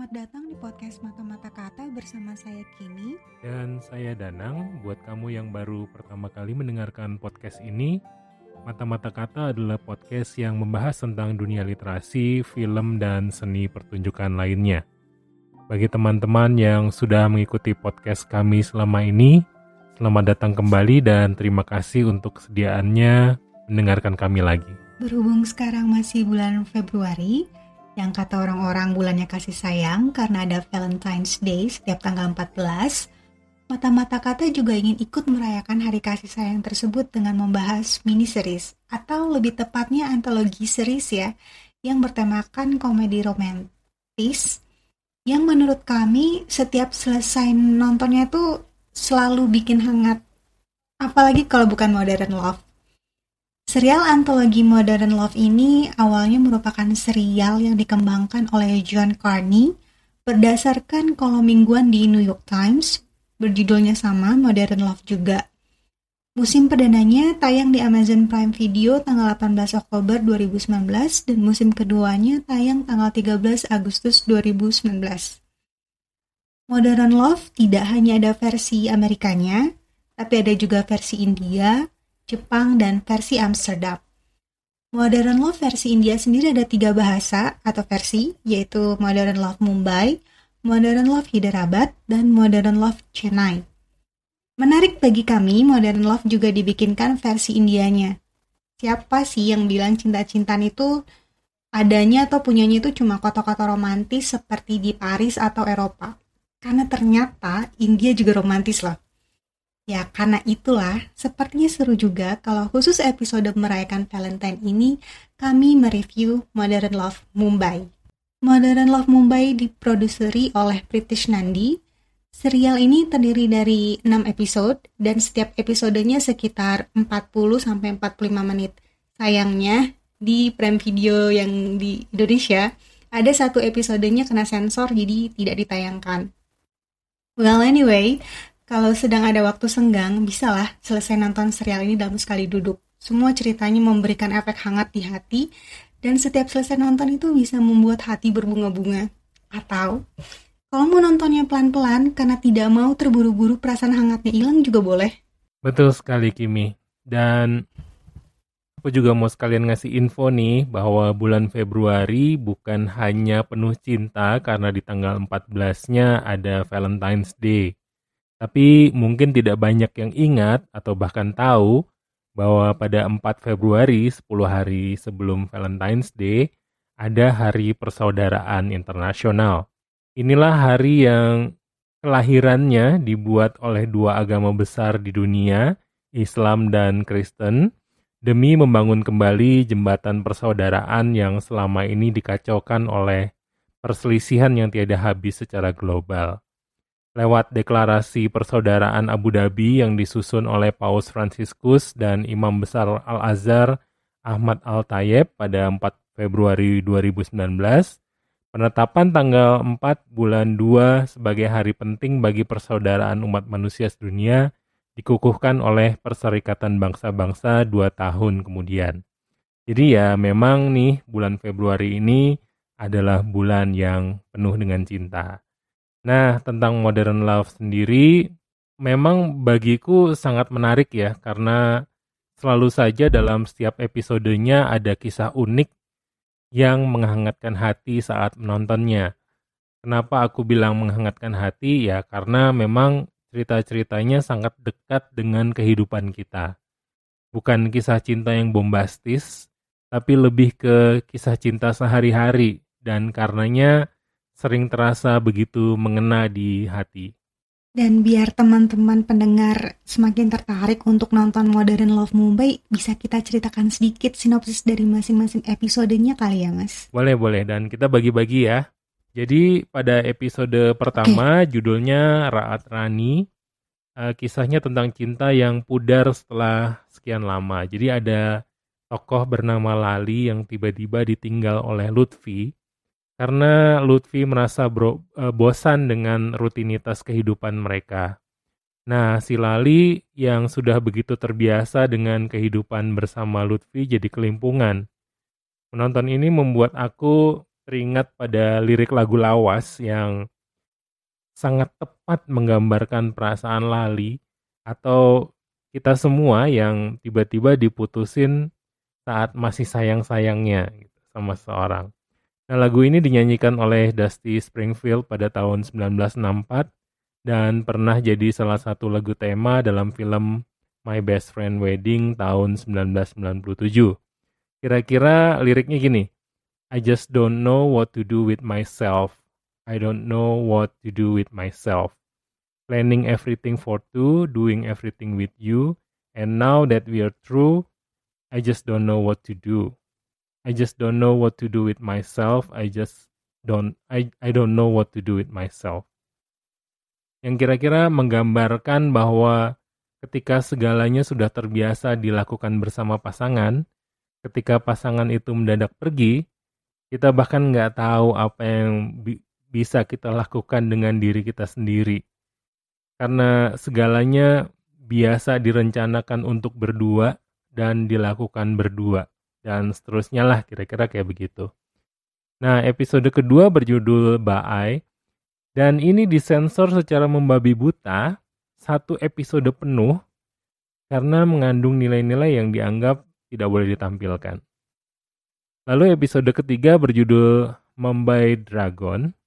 Selamat datang di podcast Mata-Mata Kata bersama saya Kimi. Dan saya Danang. Buat kamu yang baru pertama kali mendengarkan podcast ini, Mata-Mata Kata adalah podcast yang membahas tentang dunia literasi, film, dan seni pertunjukan lainnya. Bagi teman-teman yang sudah mengikuti podcast kami selama ini, selamat datang kembali dan terima kasih untuk kesediaannya mendengarkan kami lagi. Berhubung sekarang masih bulan Februari, yang kata orang-orang bulannya kasih sayang karena ada Valentine's Day setiap tanggal 14, Mata-Mata Kata juga ingin ikut merayakan hari kasih sayang tersebut dengan membahas mini-series, atau lebih tepatnya antologi series ya, yang bertemakan komedi romantis, yang menurut kami setiap selesai nontonnya tuh selalu bikin hangat, apalagi kalau bukan Modern Love. Serial antologi Modern Love ini awalnya merupakan serial yang dikembangkan oleh John Carney berdasarkan kolom mingguan di New York Times, berjudulnya sama, Modern Love juga. Musim perdananya tayang di Amazon Prime Video tanggal 18 Oktober 2019 dan musim keduanya tayang tanggal 13 Agustus 2019. Modern Love tidak hanya ada versi Amerikanya, tapi ada juga versi India, Jepang, dan versi Amsterdam. Modern Love versi India sendiri ada 3 bahasa atau versi, yaitu Modern Love Mumbai, Modern Love Hyderabad, dan Modern Love Chennai. Menarik bagi kami, Modern Love juga dibikinkan versi Indianya. Siapa sih yang bilang cinta-cintaan itu adanya atau punyanya itu cuma kota-kota romantis seperti di Paris atau Eropa? Karena ternyata India juga romantis loh. Ya, karena itulah, sepertinya seru juga kalau khusus episode merayakan Valentine ini, kami mereview Modern Love Mumbai. Modern Love Mumbai diproduseri oleh Pritish Nandi. Serial ini terdiri dari 6 episode, dan setiap episodenya sekitar 40-45 menit. Sayangnya, di Prime Video yang di Indonesia, ada satu episodenya kena sensor, jadi tidak ditayangkan. Well, anyway, kalau sedang ada waktu senggang, bisalah selesai nonton serial ini dalam sekali duduk. Semua ceritanya memberikan efek hangat di hati, dan setiap selesai nonton itu bisa membuat hati berbunga-bunga. Atau, kalau mau nontonnya pelan-pelan karena tidak mau terburu-buru perasaan hangatnya hilang juga boleh. Betul sekali Kimi. Dan aku juga mau sekalian ngasih info nih bahwa bulan Februari bukan hanya penuh cinta karena di tanggal 14-nya ada Valentine's Day. Tapi mungkin tidak banyak yang ingat atau bahkan tahu bahwa pada 4 Februari, 10 hari sebelum Valentine's Day, ada Hari Persaudaraan Internasional. Inilah hari yang kelahirannya dibuat oleh dua agama besar di dunia, Islam dan Kristen, demi membangun kembali jembatan persaudaraan yang selama ini dikacaukan oleh perselisihan yang tiada habis secara global. Lewat deklarasi persaudaraan Abu Dhabi yang disusun oleh Paus Fransiskus dan Imam Besar Al-Azhar Ahmad Al-Tayeb pada 4 Februari 2019, penetapan tanggal 4 bulan 2 sebagai hari penting bagi persaudaraan umat manusia sedunia dikukuhkan oleh Perserikatan Bangsa-Bangsa 2 tahun kemudian. Jadi ya memang nih bulan Februari ini adalah bulan yang penuh dengan cinta. Nah, tentang Modern Love sendiri memang bagiku sangat menarik ya, karena selalu saja dalam setiap episodenya ada kisah unik yang menghangatkan hati saat menontonnya. Kenapa aku bilang menghangatkan hati? Ya, karena memang cerita-ceritanya sangat dekat dengan kehidupan kita. Bukan kisah cinta yang bombastis, tapi lebih ke kisah cinta sehari-hari, dan karenanya sering terasa begitu mengena di hati. Dan biar teman-teman pendengar semakin tertarik untuk nonton Modern Love Mumbai, bisa kita ceritakan sedikit sinopsis dari masing-masing episodenya kali ya, Mas? Boleh, dan kita bagi-bagi ya. Jadi pada episode pertama judulnya Raat Rani, kisahnya tentang cinta yang pudar setelah sekian lama. Jadi ada tokoh bernama Lali yang tiba-tiba ditinggal oleh Lutfi, karena Lutfi merasa bosan dengan rutinitas kehidupan mereka. Nah, si Lali yang sudah begitu terbiasa dengan kehidupan bersama Lutfi jadi kelimpungan. Menonton ini membuat aku teringat pada lirik lagu lawas yang sangat tepat menggambarkan perasaan Lali atau kita semua yang tiba-tiba diputusin saat masih sayang-sayangnya gitu, sama seseorang. Nah, lagu ini dinyanyikan oleh Dusty Springfield pada tahun 1964 dan pernah jadi salah satu lagu tema dalam film My Best Friend Wedding tahun 1997. Kira-kira liriknya gini, I just don't know what to do with myself. I don't know what to do with myself. Planning everything for two, doing everything with you, and now that we are through, I just don't know what to do. I just don't know what to do with myself. I don't know what to do with myself. Yang kira-kira menggambarkan bahwa ketika segalanya sudah terbiasa dilakukan bersama pasangan, ketika pasangan itu mendadak pergi, kita bahkan nggak tahu apa yang bisa kita lakukan dengan diri kita sendiri. Karena segalanya biasa direncanakan untuk berdua dan dilakukan berdua. Dan seterusnya lah, kira-kira kayak begitu. Nah, episode kedua berjudul Baai. Dan ini disensor secara membabi buta, satu episode penuh, karena mengandung nilai-nilai yang dianggap tidak boleh ditampilkan. Lalu episode ketiga berjudul Mumbai Dragon.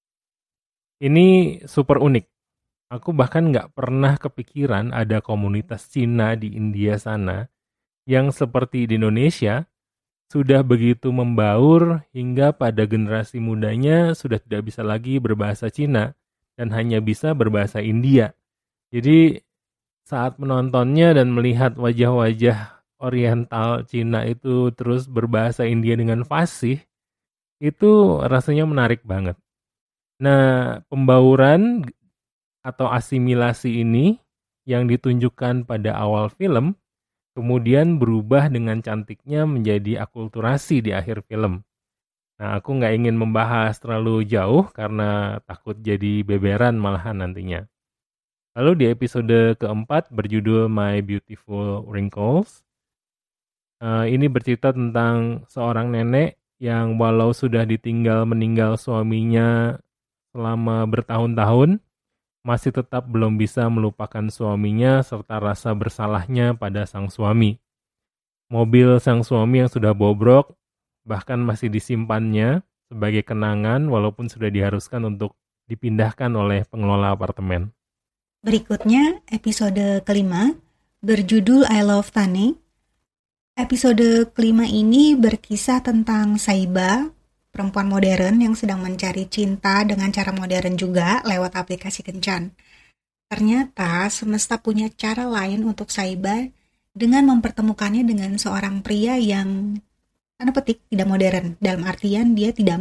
Ini super unik. Aku bahkan nggak pernah kepikiran ada komunitas Cina di India sana yang seperti di Indonesia sudah begitu membaur hingga pada generasi mudanya sudah tidak bisa lagi berbahasa Cina dan hanya bisa berbahasa India. Jadi saat menontonnya dan melihat wajah-wajah oriental Cina itu terus berbahasa India dengan fasih, itu rasanya menarik banget. Nah, pembauran atau asimilasi ini yang ditunjukkan pada awal film, kemudian berubah dengan cantiknya menjadi akulturasi di akhir film. Nah, aku nggak ingin membahas terlalu jauh karena takut jadi beberan malahan nantinya. Lalu di episode keempat berjudul My Beautiful Wrinkles, ini bercerita tentang seorang nenek yang walau sudah meninggal suaminya selama bertahun-tahun, masih tetap belum bisa melupakan suaminya serta rasa bersalahnya pada sang suami. Mobil sang suami yang sudah bobrok bahkan masih disimpannya sebagai kenangan walaupun sudah diharuskan untuk dipindahkan oleh pengelola apartemen. Berikutnya episode kelima berjudul I Love Tane. Episode kelima ini berkisah tentang Saiba, perempuan modern yang sedang mencari cinta dengan cara modern juga lewat aplikasi kencan. Ternyata semesta punya cara lain untuk Saiba dengan mempertemukannya dengan seorang pria yang tanda petik tidak modern. Dalam artian dia tidak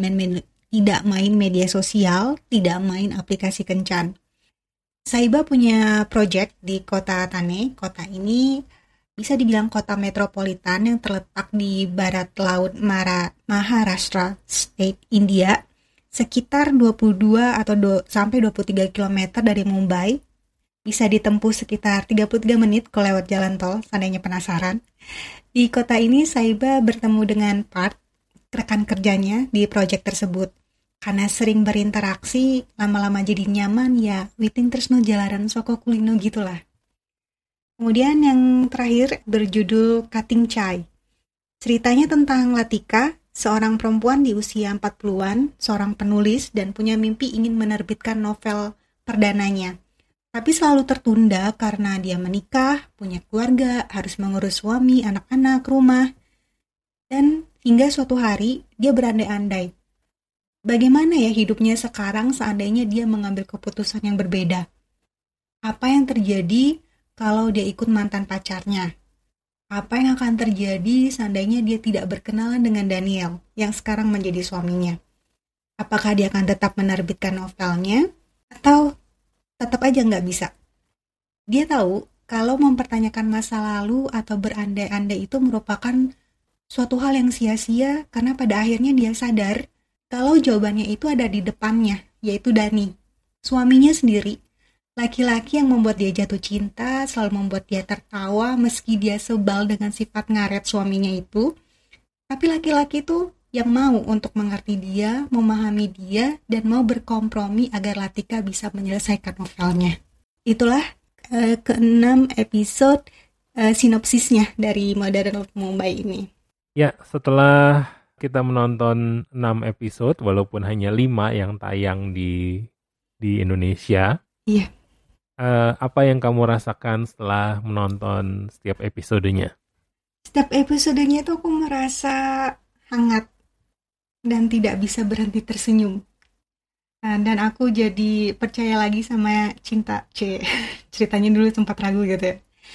main media sosial, tidak main aplikasi kencan. Saiba punya project di kota Thane. Kota ini bisa dibilang kota metropolitan yang terletak di barat laut Maharashtra State, India, sekitar 22 atau sampai 23 km dari Mumbai. Bisa ditempuh sekitar 33 menit kalau lewat jalan tol, seandainya penasaran. Di kota ini Saiba bertemu dengan Parth, rekan kerjanya di proyek tersebut. Karena sering berinteraksi, lama-lama jadi nyaman ya, witing tresno jalaran soko kulino gitulah. Kemudian yang terakhir berjudul Cutting Chai. Ceritanya tentang Latika, seorang perempuan di usia 40-an, seorang penulis dan punya mimpi ingin menerbitkan novel perdananya. Tapi selalu tertunda karena dia menikah, punya keluarga, harus mengurus suami, anak-anak, rumah. Dan hingga suatu hari dia berandai-andai. Bagaimana ya hidupnya sekarang seandainya dia mengambil keputusan yang berbeda? Apa yang terjadi kalau dia ikut mantan pacarnya? Apa yang akan terjadi seandainya dia tidak berkenalan dengan Daniel yang sekarang menjadi suaminya? Apakah dia akan tetap menerbitkan novelnya atau tetap aja nggak bisa? Dia tahu kalau mempertanyakan masa lalu atau berandai-andai itu merupakan suatu hal yang sia-sia karena pada akhirnya dia sadar kalau jawabannya itu ada di depannya, yaitu Dani, suaminya sendiri. Laki-laki yang membuat dia jatuh cinta, selalu membuat dia tertawa meski dia sebal dengan sifat ngaret suaminya itu. Tapi laki-laki itu yang mau untuk mengerti dia, memahami dia, dan mau berkompromi agar Latika bisa menyelesaikan novelnya. Itulah ke-6 episode sinopsisnya dari Modern Love Mumbai ini. Ya, setelah kita menonton 6 episode, walaupun hanya 5 yang tayang di Indonesia. Iya. Apa yang kamu rasakan setelah menonton setiap episodenya? Setiap episodenya itu aku merasa hangat dan tidak bisa berhenti tersenyum. Dan aku jadi percaya lagi sama cinta. Ceritanya dulu sempat ragu gitu ya.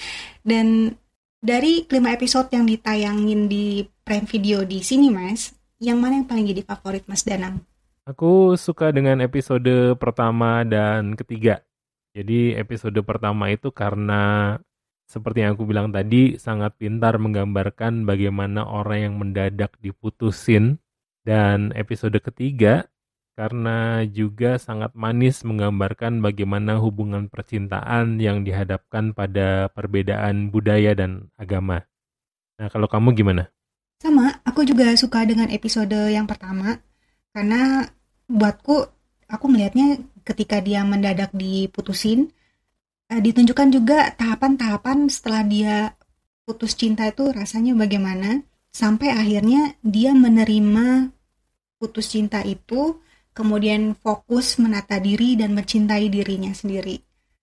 Dan dari 5 episode yang ditayangin di Prime Video di sini, Mas, yang mana yang paling jadi favorit Mas Danang? Aku suka dengan episode pertama dan ketiga. Jadi episode pertama itu karena seperti yang aku bilang tadi, sangat pintar menggambarkan bagaimana orang yang mendadak diputusin. Dan episode ketiga karena juga sangat manis menggambarkan bagaimana hubungan percintaan yang dihadapkan pada perbedaan budaya dan agama. Nah, kalau kamu gimana? Sama, aku juga suka dengan episode yang pertama. Karena buatku, aku melihatnya ketika dia mendadak diputusin, ditunjukkan juga tahapan-tahapan setelah dia putus cinta itu rasanya bagaimana. Sampai akhirnya dia menerima putus cinta itu, kemudian fokus menata diri dan mencintai dirinya sendiri.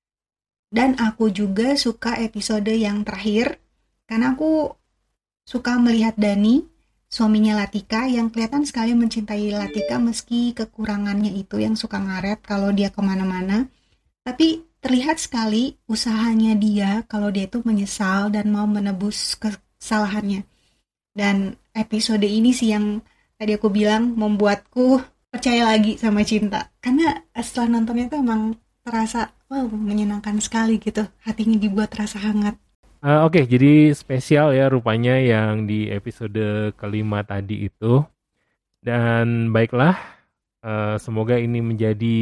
Dan aku juga suka episode yang terakhir, karena aku suka melihat Dani, suaminya Latika, yang kelihatan sekali mencintai Latika meski kekurangannya itu yang suka ngaret kalau dia kemana-mana. Tapi terlihat sekali usahanya dia kalau dia itu menyesal dan mau menebus kesalahannya. Dan episode ini sih yang tadi aku bilang membuatku percaya lagi sama cinta. Karena setelah nontonnya itu emang terasa wow, menyenangkan sekali gitu. Hatinya dibuat terasa hangat. Oke, jadi spesial ya rupanya yang di episode kelima tadi itu. Dan baiklah, semoga ini menjadi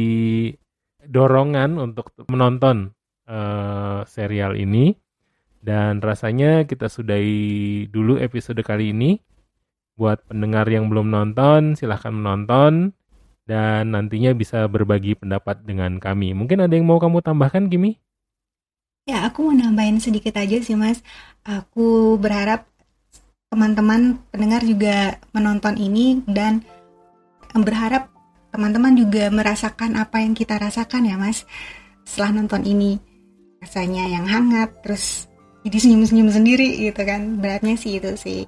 dorongan untuk menonton serial ini. Dan rasanya kita sudahi dulu episode kali ini. Buat pendengar yang belum nonton, silahkan menonton. Dan nantinya bisa berbagi pendapat dengan kami. Mungkin ada yang mau kamu tambahkan, Kimi? Ya, aku mau nambahin sedikit aja sih, Mas. Aku berharap teman-teman pendengar juga menonton ini dan berharap teman-teman juga merasakan apa yang kita rasakan ya, Mas. Setelah nonton ini, rasanya yang hangat, terus jadi senyum-senyum sendiri gitu kan. Beratnya sih itu sih.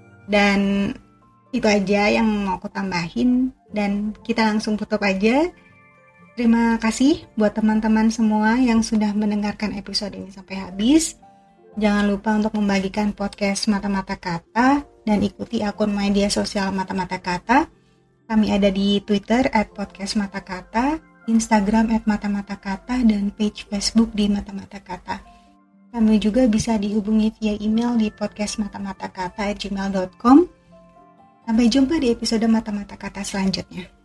Dan itu aja yang mau aku tambahin dan kita langsung tutup aja. Terima kasih buat teman-teman semua yang sudah mendengarkan episode ini sampai habis. Jangan lupa untuk membagikan podcast Mata-Mata Kata dan ikuti akun media sosial Mata-Mata Kata. Kami ada di Twitter @podcastmatakata, Instagram @mata-mata-kata, dan page Facebook di Mata-Mata Kata. Kami juga bisa dihubungi via email di podcastmatamatakata@gmail.com. Sampai jumpa di episode Mata-Mata Kata selanjutnya.